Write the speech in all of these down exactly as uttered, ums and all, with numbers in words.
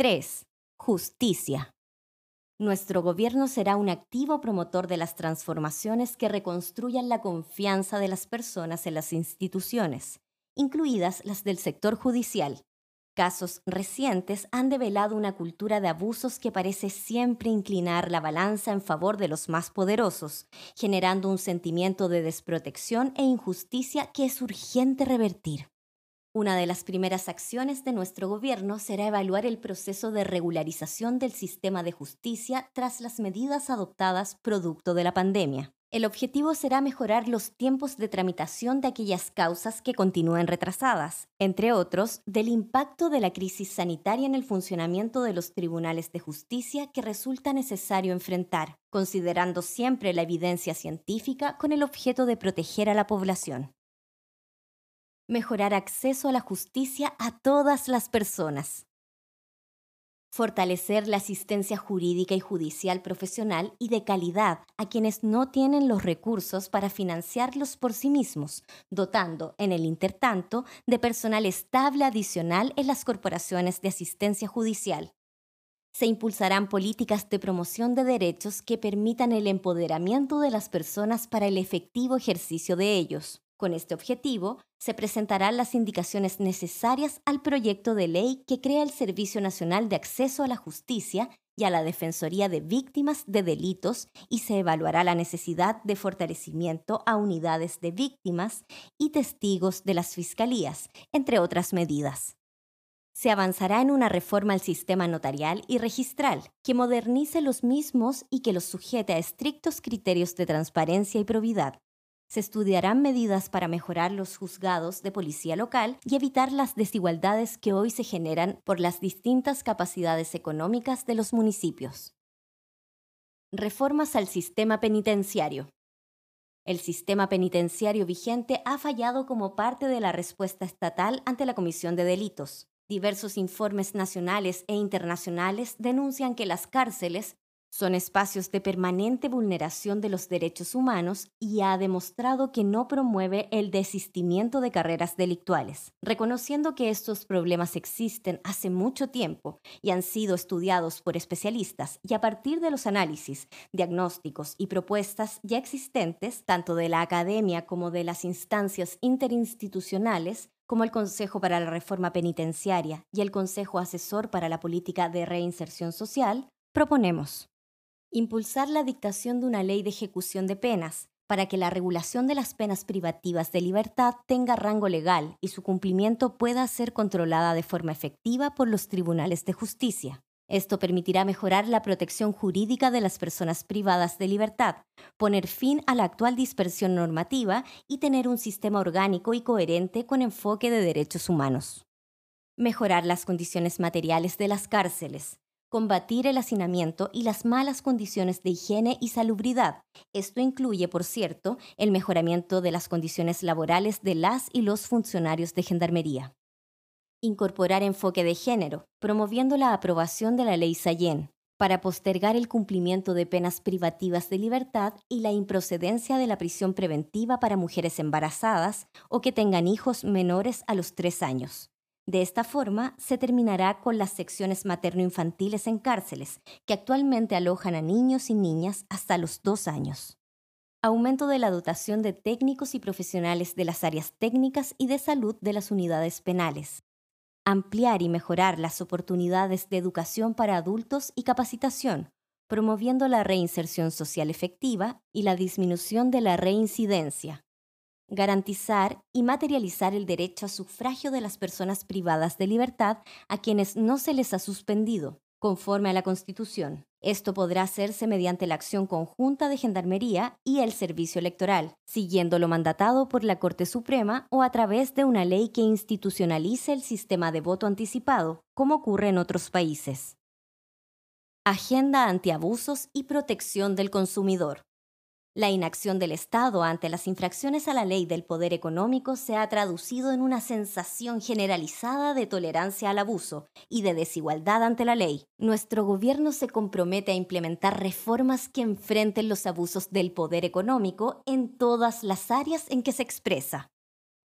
tres. Justicia. Nuestro gobierno será un activo promotor de las transformaciones que reconstruyan la confianza de las personas en las instituciones, incluidas las del sector judicial. Casos recientes han develado una cultura de abusos que parece siempre inclinar la balanza en favor de los más poderosos, generando un sentimiento de desprotección e injusticia que es urgente revertir. Una de las primeras acciones de nuestro gobierno será evaluar el proceso de regularización del sistema de justicia tras las medidas adoptadas producto de la pandemia. El objetivo será mejorar los tiempos de tramitación de aquellas causas que continúen retrasadas, entre otros, del impacto de la crisis sanitaria en el funcionamiento de los tribunales de justicia que resulta necesario enfrentar, considerando siempre la evidencia científica con el objeto de proteger a la población. Mejorar acceso a la justicia a todas las personas. Fortalecer la asistencia jurídica y judicial profesional y de calidad a quienes no tienen los recursos para financiarlos por sí mismos, dotando, en el intertanto, de personal estable adicional en las corporaciones de asistencia judicial. Se impulsarán políticas de promoción de derechos que permitan el empoderamiento de las personas para el efectivo ejercicio de ellos. Con este objetivo, se presentarán las indicaciones necesarias al proyecto de ley que crea el Servicio Nacional de Acceso a la Justicia y a la Defensoría de Víctimas de Delitos y se evaluará la necesidad de fortalecimiento a unidades de víctimas y testigos de las fiscalías, entre otras medidas. Se avanzará en una reforma al sistema notarial y registral que modernice los mismos y que los sujete a estrictos criterios de transparencia y probidad. Se estudiarán medidas para mejorar los juzgados de policía local y evitar las desigualdades que hoy se generan por las distintas capacidades económicas de los municipios. Reformas al sistema penitenciario. El sistema penitenciario vigente ha fallado como parte de la respuesta estatal ante la comisión de delitos. Diversos informes nacionales e internacionales denuncian que las cárceles son espacios de permanente vulneración de los derechos humanos y ha demostrado que no promueve el desistimiento de carreras delictuales. Reconociendo que estos problemas existen hace mucho tiempo y han sido estudiados por especialistas y a partir de los análisis, diagnósticos y propuestas ya existentes, tanto de la academia como de las instancias interinstitucionales, como el Consejo para la Reforma Penitenciaria y el Consejo Asesor para la Política de Reinserción Social, proponemos impulsar la dictación de una ley de ejecución de penas para que la regulación de las penas privativas de libertad tenga rango legal y su cumplimiento pueda ser controlada de forma efectiva por los tribunales de justicia. Esto permitirá mejorar la protección jurídica de las personas privadas de libertad, poner fin a la actual dispersión normativa y tener un sistema orgánico y coherente con enfoque de derechos humanos. Mejorar las condiciones materiales de las cárceles. Combatir el hacinamiento y las malas condiciones de higiene y salubridad. Esto incluye, por cierto, el mejoramiento de las condiciones laborales de las y los funcionarios de Gendarmería. Incorporar enfoque de género, promoviendo la aprobación de la Ley Sayén, para postergar el cumplimiento de penas privativas de libertad y la improcedencia de la prisión preventiva para mujeres embarazadas o que tengan hijos menores a los tres años. De esta forma, se terminará con las secciones materno-infantiles en cárceles, que actualmente alojan a niños y niñas hasta los dos años. Aumento de la dotación de técnicos y profesionales de las áreas técnicas y de salud de las unidades penales. Ampliar y mejorar las oportunidades de educación para adultos y capacitación, promoviendo la reinserción social efectiva y la disminución de la reincidencia. Garantizar y materializar el derecho a sufragio de las personas privadas de libertad a quienes no se les ha suspendido, conforme a la Constitución. Esto podrá hacerse mediante la acción conjunta de Gendarmería y el Servicio Electoral, siguiendo lo mandatado por la Corte Suprema o a través de una ley que institucionalice el sistema de voto anticipado, como ocurre en otros países. Agenda antiabusos y protección del consumidor. La inacción del Estado ante las infracciones a la ley del poder económico se ha traducido en una sensación generalizada de tolerancia al abuso y de desigualdad ante la ley. Nuestro gobierno se compromete a implementar reformas que enfrenten los abusos del poder económico en todas las áreas en que se expresa.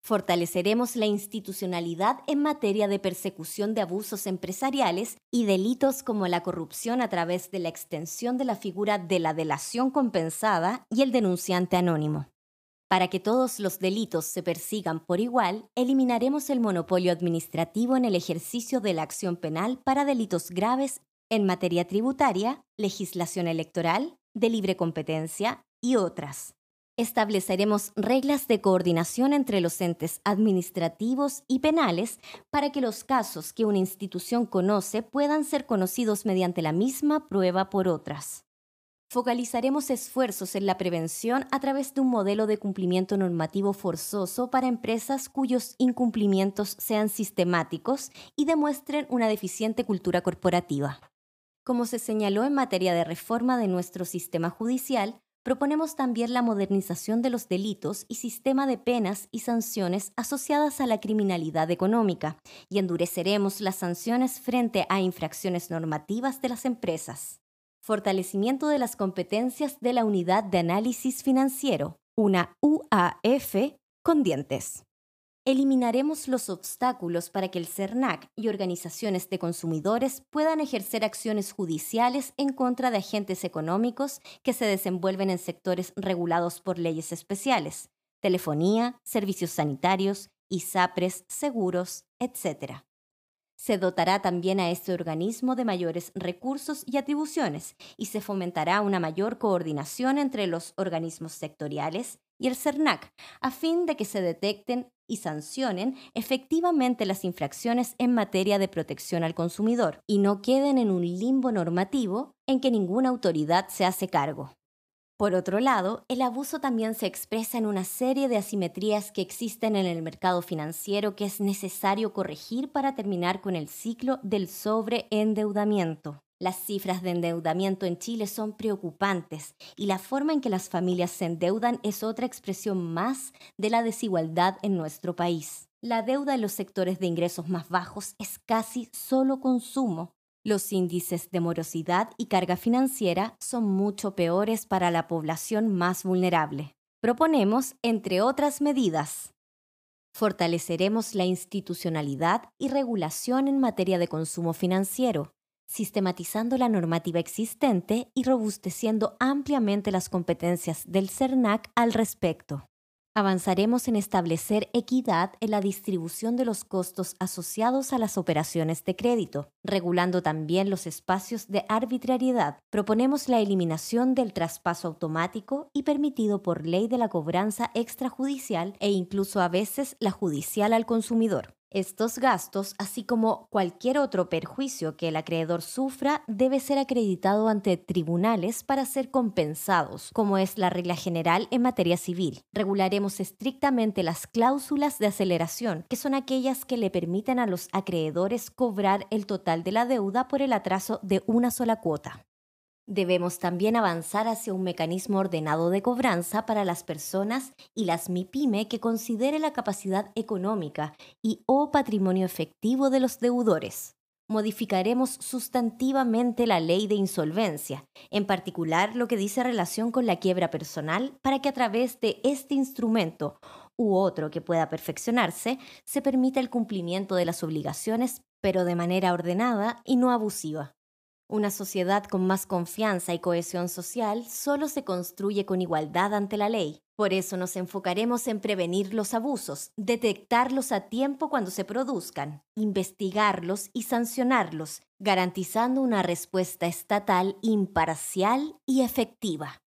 Fortaleceremos la institucionalidad en materia de persecución de abusos empresariales y delitos como la corrupción a través de la extensión de la figura de la delación compensada y el denunciante anónimo. Para que todos los delitos se persigan por igual, eliminaremos el monopolio administrativo en el ejercicio de la acción penal para delitos graves en materia tributaria, legislación electoral, de libre competencia y otras. Estableceremos reglas de coordinación entre los entes administrativos y penales para que los casos que una institución conoce puedan ser conocidos mediante la misma prueba por otras. Focalizaremos esfuerzos en la prevención a través de un modelo de cumplimiento normativo forzoso para empresas cuyos incumplimientos sean sistemáticos y demuestren una deficiente cultura corporativa. Como se señaló en materia de reforma de nuestro sistema judicial, proponemos también la modernización de los delitos y sistema de penas y sanciones asociadas a la criminalidad económica y endureceremos las sanciones frente a infracciones normativas de las empresas. Fortalecimiento de las competencias de la Unidad de Análisis Financiero, una U A F con dientes. Eliminaremos los obstáculos para que el CERNAC y organizaciones de consumidores puedan ejercer acciones judiciales en contra de agentes económicos que se desenvuelven en sectores regulados por leyes especiales, telefonía, servicios sanitarios, ISAPRES, seguros, etcétera. Se dotará también a este organismo de mayores recursos y atribuciones y se fomentará una mayor coordinación entre los organismos sectoriales y el CERNAC, a fin de que se detecten y sancionen efectivamente las infracciones en materia de protección al consumidor y no queden en un limbo normativo en que ninguna autoridad se hace cargo. Por otro lado, el abuso también se expresa en una serie de asimetrías que existen en el mercado financiero que es necesario corregir para terminar con el ciclo del sobreendeudamiento. Las cifras de endeudamiento en Chile son preocupantes y la forma en que las familias se endeudan es otra expresión más de la desigualdad en nuestro país. La deuda en los sectores de ingresos más bajos es casi solo consumo. Los índices de morosidad y carga financiera son mucho peores para la población más vulnerable. Proponemos, entre otras medidas, fortaleceremos la institucionalidad y regulación en materia de consumo financiero, sistematizando la normativa existente y robusteciendo ampliamente las competencias del CERNAC al respecto. Avanzaremos en establecer equidad en la distribución de los costos asociados a las operaciones de crédito, regulando también los espacios de arbitrariedad. Proponemos la eliminación del traspaso automático y permitido por ley de la cobranza extrajudicial e incluso a veces la judicial al consumidor. Estos gastos, así como cualquier otro perjuicio que el acreedor sufra, debe ser acreditado ante tribunales para ser compensados, como es la regla general en materia civil. Regularemos estrictamente las cláusulas de aceleración, que son aquellas que le permiten a los acreedores cobrar el total de la deuda por el atraso de una sola cuota. Debemos también avanzar hacia un mecanismo ordenado de cobranza para las personas y las MIPYME que considere la capacidad económica y o patrimonio efectivo de los deudores. Modificaremos sustantivamente la ley de insolvencia, en particular lo que dice relación con la quiebra personal, para que a través de este instrumento u otro que pueda perfeccionarse, se permita el cumplimiento de las obligaciones, pero de manera ordenada y no abusiva. Una sociedad con más confianza y cohesión social solo se construye con igualdad ante la ley. Por eso nos enfocaremos en prevenir los abusos, detectarlos a tiempo cuando se produzcan, investigarlos y sancionarlos, garantizando una respuesta estatal imparcial y efectiva.